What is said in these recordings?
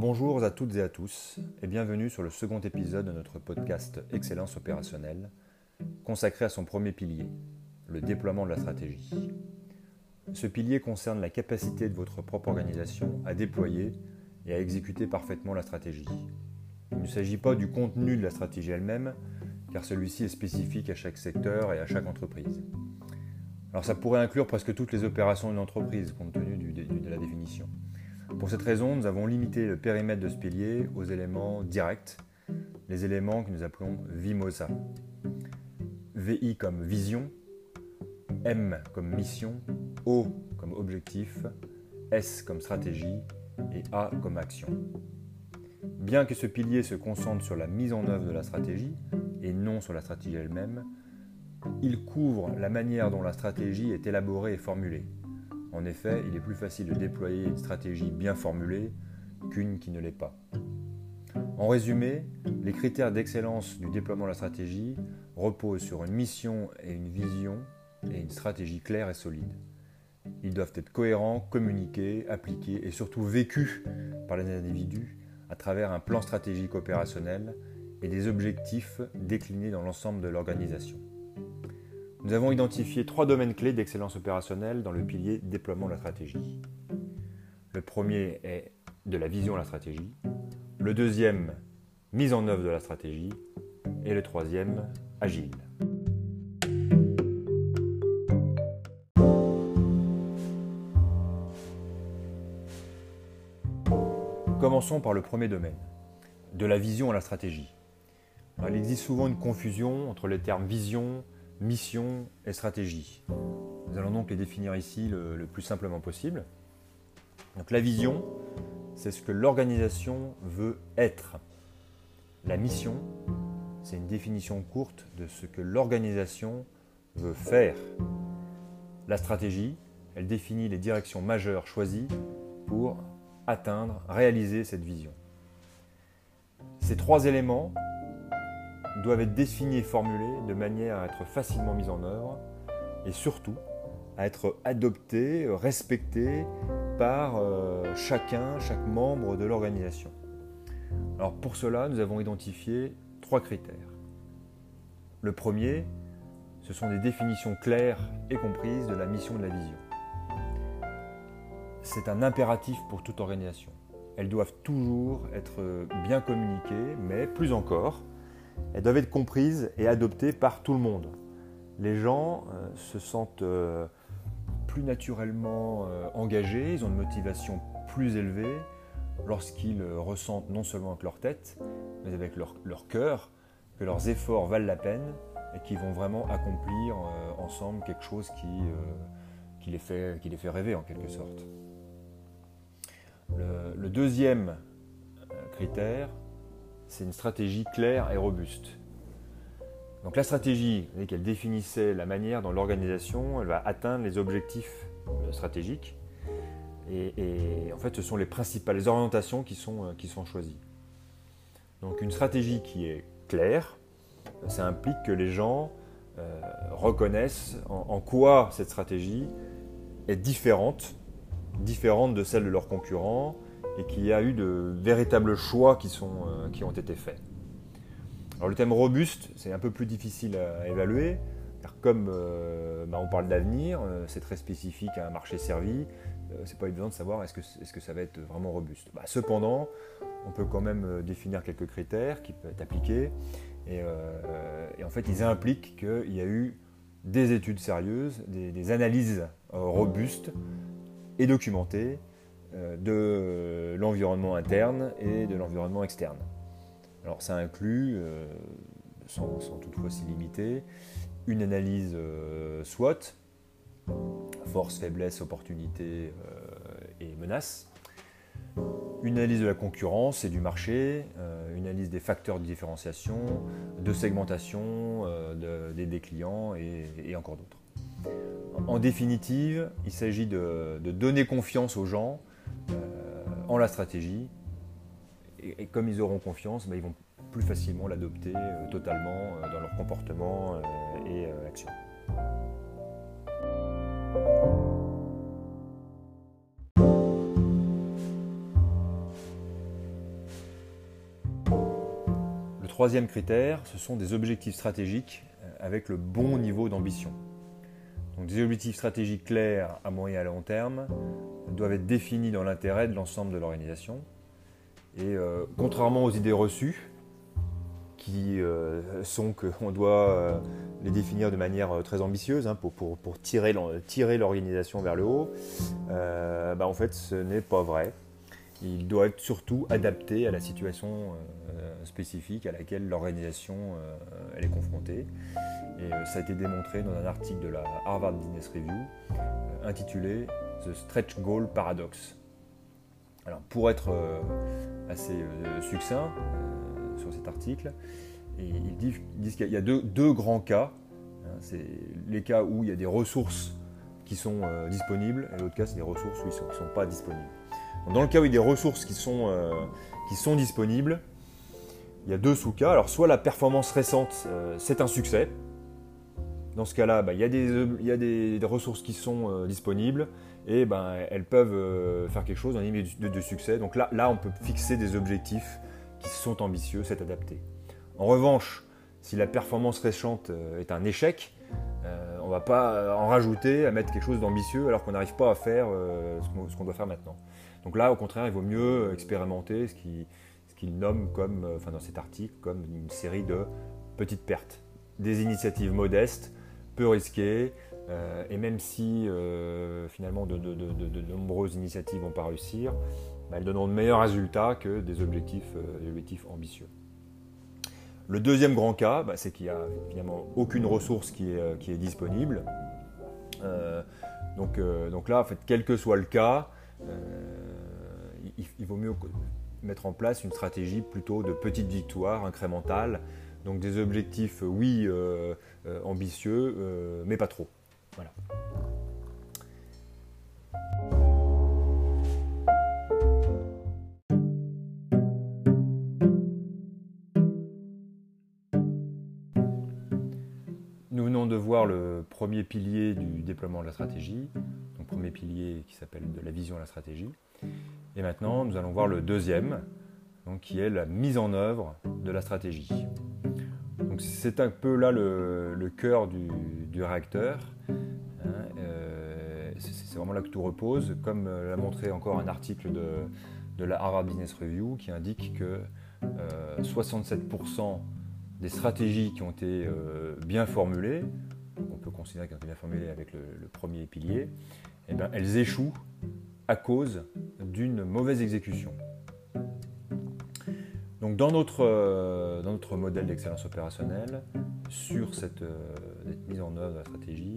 Bonjour à toutes et à tous et bienvenue sur le second épisode de notre podcast Excellence opérationnelle consacré à son premier pilier, le déploiement de la stratégie. Ce pilier concerne la capacité de votre propre organisation à déployer et à exécuter parfaitement la stratégie. Il ne s'agit pas du contenu de la stratégie elle-même, car celui-ci est spécifique à chaque secteur et à chaque entreprise. Alors ça pourrait inclure presque toutes les opérations d'une entreprise, compte tenu de la définition. Pour cette raison, nous avons limité le périmètre de ce pilier aux éléments directs, les éléments que nous appelons VIMOSA. VI comme vision, M comme mission, O comme objectif, S comme stratégie et A comme action. Bien que ce pilier se concentre sur la mise en œuvre de la stratégie et non sur la stratégie elle-même, il couvre la manière dont la stratégie est élaborée et formulée. En effet, il est plus facile de déployer une stratégie bien formulée qu'une qui ne l'est pas. En résumé, les critères d'excellence du déploiement de la stratégie reposent sur une mission et une vision et une stratégie claire et solide. Ils doivent être cohérents, communiqués, appliqués et surtout vécus par les individus à travers un plan stratégique opérationnel et des objectifs déclinés dans l'ensemble de l'organisation. Nous avons identifié 3 domaines clés d'excellence opérationnelle dans le pilier déploiement de la stratégie. Le premier est de la vision de la stratégie, le deuxième, mise en œuvre de la stratégie, et le troisième, agile. Commençons par le premier domaine, de la vision à la stratégie. Alors, il existe souvent une confusion entre les termes vision, mission et stratégie. Nous allons donc les définir ici le plus simplement possible. Donc la vision, c'est ce que l'organisation veut être. La mission, c'est une définition courte de ce que l'organisation veut faire. La stratégie, elle définit les directions majeures choisies pour atteindre, réaliser cette vision. Ces 3 éléments doivent être définis et formulés de manière à être facilement mis en œuvre et surtout à être adoptés, respectés par chaque membre de l'organisation. Alors pour cela, nous avons identifié 3 critères. Le premier, ce sont des définitions claires et comprises de la mission et de la vision. C'est un impératif pour toute organisation. Elles doivent toujours être bien communiquées, mais plus encore, elles doivent être comprises et adoptées par tout le monde. Les gens se sentent plus naturellement engagés, ils ont une motivation plus élevée lorsqu'ils ressentent non seulement avec leur tête, mais avec leur cœur, que leurs efforts valent la peine et qu'ils vont vraiment accomplir ensemble quelque chose qui les fait rêver en quelque sorte. Le deuxième critère, c'est une stratégie claire et robuste. Donc la stratégie, elle définissait la manière dont l'organisation elle va atteindre les objectifs stratégiques. Et en fait, ce sont les principales orientations qui sont choisies. Donc une stratégie qui est claire, ça implique que les gens reconnaissent en quoi cette stratégie est différente de celle de leurs concurrents et qu'il y a eu de véritables choix qui ont été faits. Alors le thème robuste, c'est un peu plus difficile à évaluer, car comme on parle d'avenir, c'est très spécifique à un marché servi, c'est pas évident de savoir est-ce que ça va être vraiment robuste. Cependant, on peut quand même définir quelques critères qui peuvent être appliqués, et en fait ils impliquent qu'il y a eu des études sérieuses, des analyses robustes et documentées de l'environnement interne et de l'environnement externe. Alors ça inclut, sans toutefois s'y limiter, une analyse SWOT, force, faiblesse, opportunité et menaces, une analyse de la concurrence et du marché, une analyse des facteurs de différenciation, de segmentation des clients et encore d'autres. En définitive, il s'agit de donner confiance aux gens en la stratégie. Et comme ils auront confiance, ils vont plus facilement l'adopter totalement dans leur comportement et action. troisième critère, ce sont des objectifs stratégiques avec le bon niveau d'ambition. Donc des objectifs stratégiques clairs à moyen et à long terme doivent être définis dans l'intérêt de l'ensemble de l'organisation. Et contrairement aux idées reçues, qui sont qu'on doit les définir de manière très ambitieuse pour tirer l'organisation vers le haut, en fait ce n'est pas vrai. Il doit être surtout adapté à la situation spécifique à laquelle l'organisation elle est confrontée. Et ça a été démontré dans un article de la Harvard Business Review intitulé The Stretch Goal Paradox. Alors pour être assez succinct sur cet article, ils disent qu'il y a deux grands cas. C'est les cas où il y a des ressources qui sont disponibles et l'autre cas c'est des ressources qui ne sont pas disponibles. Donc, dans le cas où il y a des ressources qui sont disponibles, il y a deux sous-cas. Alors soit la performance récente c'est un succès. Dans ce cas-là, il y a des ressources qui sont disponibles et elles peuvent faire quelque chose dans une ligne de succès. Donc là, on peut fixer des objectifs qui sont ambitieux, c'est adapté. En revanche, si la performance récente est un échec, on ne va pas en rajouter à mettre quelque chose d'ambitieux alors qu'on n'arrive pas à faire ce qu'on doit faire maintenant. Donc là, au contraire, il vaut mieux expérimenter ce qu'il nomme dans cet article comme une série de petites pertes. Des initiatives modestes, peu risquées, et même si finalement de nombreuses initiatives ne vont pas réussir, elles donneront de meilleurs résultats que des objectifs ambitieux. Le deuxième grand cas, c'est qu'il n'y a finalement aucune ressource qui est disponible. Donc là, en fait, quel que soit le cas, il vaut mieux mettre en place une stratégie plutôt de petites victoires incrémentales. Donc des objectifs, ambitieux, mais pas trop. Voilà. Nous venons de voir le premier pilier du déploiement de la stratégie, donc premier pilier qui s'appelle de la vision à la stratégie. Et maintenant, nous allons voir le deuxième, donc, qui est la mise en œuvre de la stratégie. Donc, c'est un peu là le cœur du réacteur. C'est vraiment là que tout repose, comme l'a montré encore un article de la Harvard Business Review qui indique que 67% des stratégies qui ont été bien formulées, donc on peut considérer qu'elles ont été bien formulées avec le premier pilier, elles échouent à cause d'une mauvaise exécution. Donc dans notre modèle d'excellence opérationnelle, sur cette mise en œuvre de la stratégie,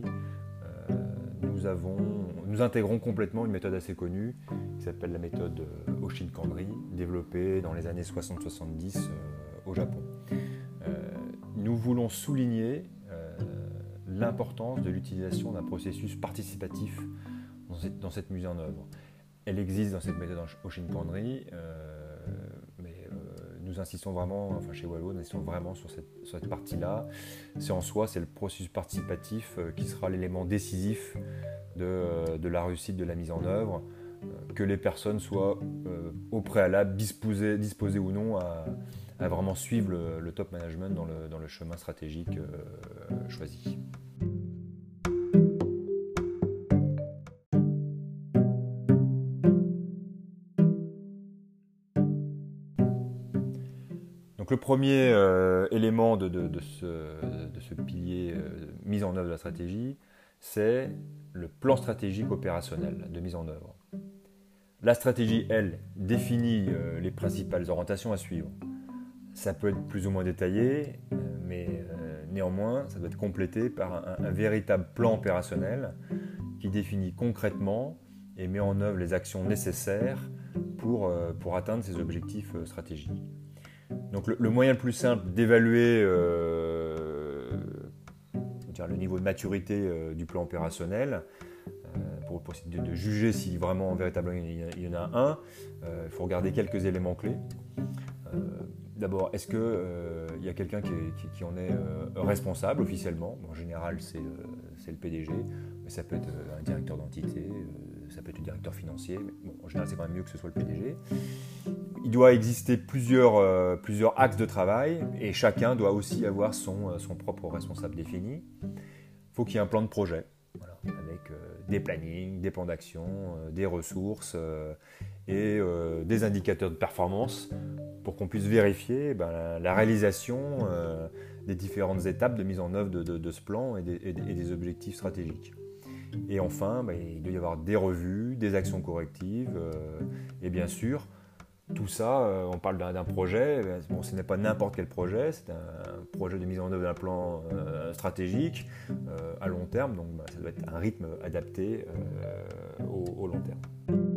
nous intégrons complètement une méthode assez connue qui s'appelle la méthode Oshin-Kandri, développée dans les années 60-70 au Japon. Nous voulons souligner l'importance de l'utilisation d'un processus participatif dans cette mise en œuvre. Elle existe dans cette méthode Oshin-Kandri, mais nous insistons vraiment, chez Wallo, nous insistons vraiment sur cette partie-là. C'est le processus participatif qui sera l'élément décisif de la réussite de la mise en œuvre, que les personnes soient au préalable disposées ou non à vraiment suivre le top management dans le chemin stratégique choisi. Donc le premier élément de ce pilier mise en œuvre de la stratégie, c'est le plan stratégique opérationnel de mise en œuvre. La stratégie, elle, définit les principales orientations à suivre. Ça peut être plus ou moins détaillé, mais néanmoins, ça doit être complété par un véritable plan opérationnel qui définit concrètement et met en œuvre les actions nécessaires pour atteindre ces objectifs stratégiques. Donc le moyen le plus simple d'évaluer le niveau de maturité du plan opérationnel, pour essayer de juger si vraiment véritablement il y en a un, il faut regarder quelques éléments clés. D'abord, est-ce qu'il y a quelqu'un qui en est responsable officiellement ? En général, c'est le PDG, mais ça peut être un directeur d'entité, ça peut être le directeur financier, mais bon, en général c'est quand même mieux que ce soit le PDG. Il doit exister plusieurs axes de travail et chacun doit aussi avoir son propre responsable défini. Il faut qu'il y ait un plan de projet, voilà, avec des plannings, des plans d'action, des ressources et des indicateurs de performance pour qu'on puisse vérifier la réalisation des différentes étapes de mise en œuvre de ce plan et des objectifs stratégiques. Et enfin, il doit y avoir des revues, des actions correctives et bien sûr, tout ça, on parle d'un projet, bon, ce n'est pas n'importe quel projet, c'est un projet de mise en œuvre d'un plan stratégique à long terme, donc ça doit être un rythme adapté au long terme.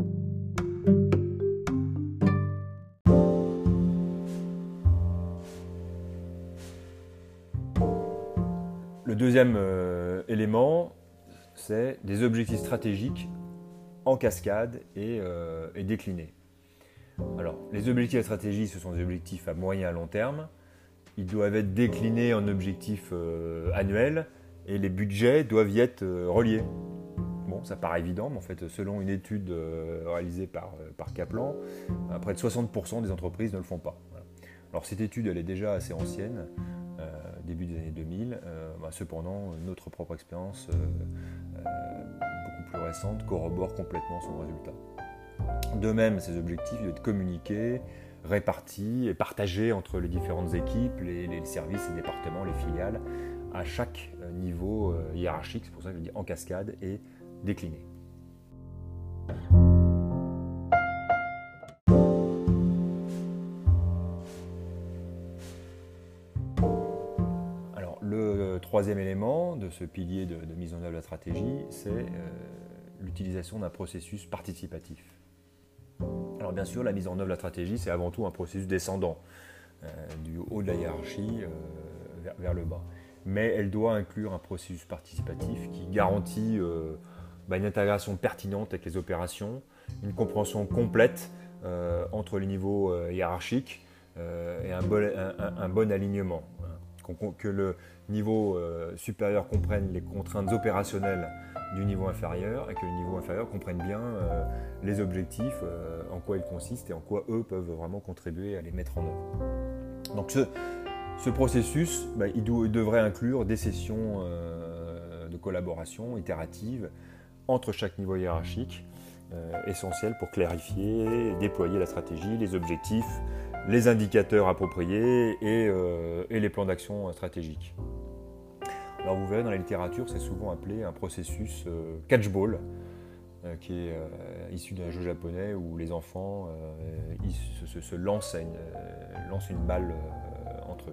Le deuxième élément, c'est des objectifs stratégiques en cascade et déclinés. Alors, les objectifs de stratégie, ce sont des objectifs à moyen et à long terme. Ils doivent être déclinés en objectifs annuels et les budgets doivent y être reliés. Bon, ça paraît évident, mais en fait, selon une étude réalisée par Kaplan, près de 60% des entreprises ne le font pas. Voilà. Alors, cette étude, elle est déjà assez ancienne, début des années 2000. Cependant, notre propre expérience, beaucoup plus récente, corrobore complètement son résultat. De même, ces objectifs doivent être communiqués, répartis et partagés entre les différentes équipes, les services, les départements, les filiales, à chaque niveau hiérarchique, c'est pour ça que je dis en cascade et décliné. Alors, le troisième élément de ce pilier de mise en œuvre de la stratégie, c'est l'utilisation d'un processus participatif. Alors bien sûr, la mise en œuvre de la stratégie, c'est avant tout un processus descendant, du haut de la hiérarchie vers le bas. Mais elle doit inclure un processus participatif qui garantit une intégration pertinente avec les opérations, une compréhension complète entre les niveaux hiérarchiques et un bon alignement. Que le niveau supérieur comprenne les contraintes opérationnelles du niveau inférieur et que le niveau inférieur comprenne bien les objectifs, en quoi ils consistent et en quoi eux peuvent vraiment contribuer à les mettre en œuvre. Donc ce processus, il devrait inclure des sessions de collaboration itérative entre chaque niveau hiérarchique, essentielles pour clarifier et déployer la stratégie, les objectifs, les indicateurs appropriés et les plans d'action stratégiques. Alors vous verrez dans la littérature, c'est souvent appelé un processus catchball, qui est issu d'un jeu japonais où les enfants se lancent une balle entre eux.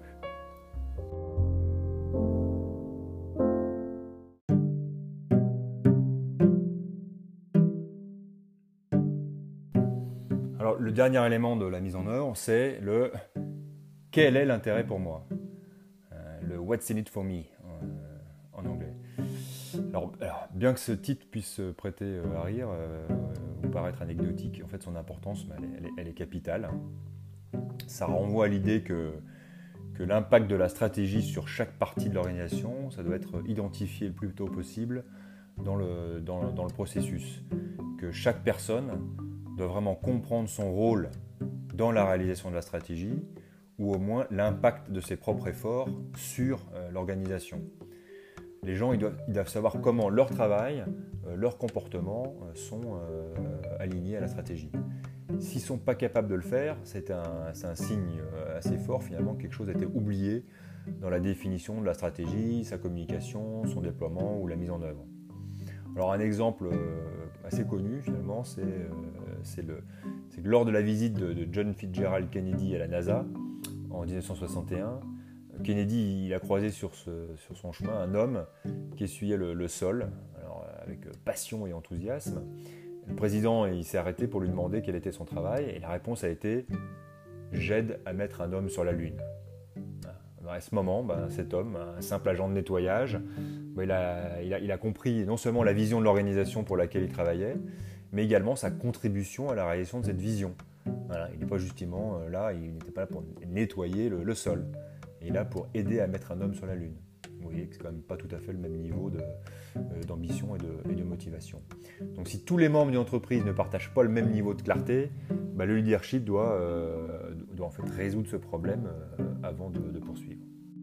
Alors le dernier élément de la mise en œuvre, c'est le « quel est l'intérêt pour moi ?» le « what's in it for me » en anglais. Alors, bien que ce titre puisse prêter à rire ou paraître anecdotique, en fait son importance elle est capitale. Ça renvoie à l'idée que l'impact de la stratégie sur chaque partie de l'organisation, ça doit être identifié le plus tôt possible dans le processus. Que chaque personne doit vraiment comprendre son rôle dans la réalisation de la stratégie ou au moins l'impact de ses propres efforts sur l'organisation. Les gens ils doivent savoir comment leur travail, leur comportement sont alignés à la stratégie. S'ils ne sont pas capables de le faire, c'est un signe assez fort finalement que quelque chose a été oublié dans la définition de la stratégie, sa communication, son déploiement ou la mise en œuvre. Alors un exemple assez connu finalement, c'est que lors de la visite de John Fitzgerald Kennedy à la NASA en 1961, Kennedy il a croisé sur son chemin un homme qui essuyait le sol, alors, avec passion et enthousiasme. Le président il s'est arrêté pour lui demander quel était son travail et la réponse a été « J'aide à mettre un homme sur la Lune ». À ce moment, cet homme, un simple agent de nettoyage, il a compris non seulement la vision de l'organisation pour laquelle il travaillait, mais également sa contribution à la réalisation de cette vision. Voilà, il n'est pas justement là, il n'était pas là pour nettoyer le sol, il est là pour aider à mettre un homme sur la Lune. vous voyez que c'est quand même pas tout à fait le même niveau d'ambition et de motivation. Donc si tous les membres d'une entreprise ne partagent pas le même niveau de clarté, le leadership doit en fait résoudre ce problème avant de poursuivre.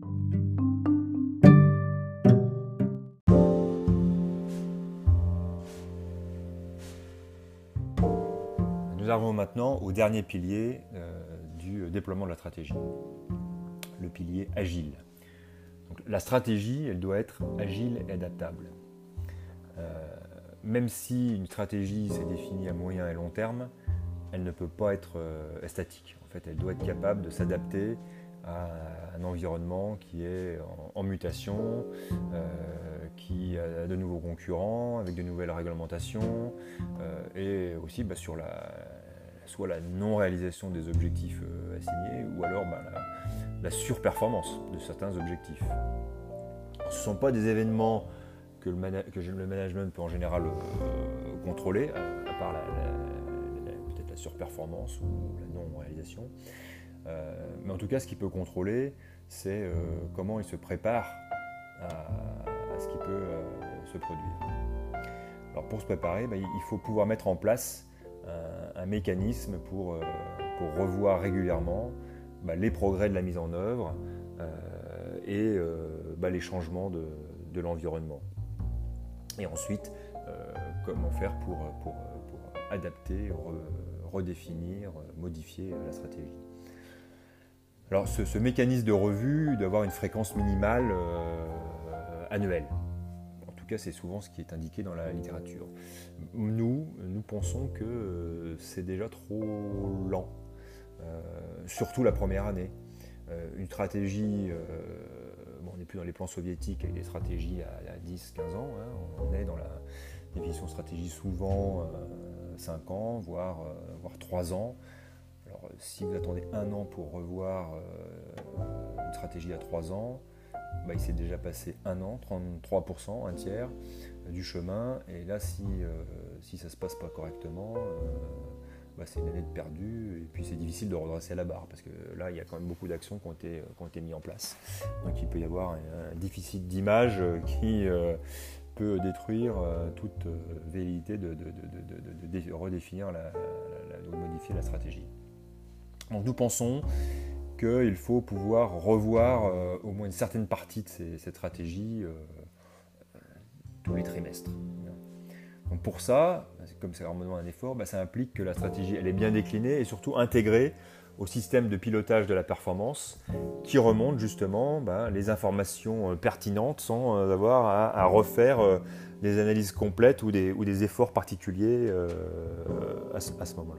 Nous arrivons maintenant au dernier pilier du déploiement de la stratégie, le pilier agile. Donc, la stratégie, elle doit être agile et adaptable. Même si une stratégie s'est définie à moyen et long terme, elle ne peut pas être statique. En fait, elle doit être capable de s'adapter à un environnement qui est en mutation, qui a de nouveaux concurrents, avec de nouvelles réglementations, et aussi sur soit la non-réalisation des objectifs assignés, ou alors la surperformance de certains objectifs. Ce ne sont pas des événements que le management peut en général contrôler, à part peut-être la surperformance ou la non-réalisation. Mais en tout cas, ce qu'il peut contrôler, c'est comment il se prépare à ce qui peut se produire. Alors pour se préparer, il faut pouvoir mettre en place un mécanisme pour revoir régulièrement les progrès de la mise en œuvre et les changements de l'environnement. Et ensuite, comment faire pour adapter, redéfinir, modifier la stratégie. Alors ce mécanisme de revue doit avoir une fréquence minimale annuelle. En tout cas, c'est souvent ce qui est indiqué dans la littérature. Nous pensons que c'est déjà trop lent, surtout la première année. Une stratégie, on n'est plus dans les plans soviétiques avec des stratégies à 10-15 ans, on est dans la définition de stratégie souvent 5 ans, voire 3 ans. Alors, si vous attendez 1 an pour revoir une stratégie à 3 ans, il s'est déjà passé 1 an, 33%, un tiers du chemin. Et là, si ça ne se passe pas correctement, c'est une année de perdu. Et puis c'est difficile de redresser la barre parce que là, il y a quand même beaucoup d'actions qui ont été mises en place. Donc il peut y avoir un déficit d'image qui peut détruire toute velléité de redéfinir, de modifier la stratégie. Donc nous pensons qu'il faut pouvoir revoir au moins une certaine partie de cette stratégie tous les trimestres. Donc pour ça, comme c'est vraiment un effort, ça implique que la stratégie elle est bien déclinée et surtout intégrée au système de pilotage de la performance qui remonte justement les informations pertinentes sans avoir à refaire des analyses complètes ou des efforts particuliers à ce moment-là.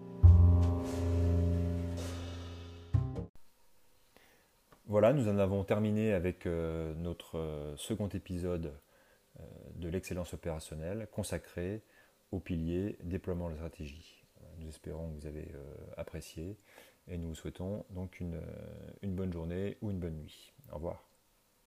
Voilà, nous en avons terminé avec notre second épisode de l'excellence opérationnelle consacré au pilier déploiement de la stratégie. Nous espérons que vous avez apprécié et nous vous souhaitons donc une bonne journée ou une bonne nuit. Au revoir.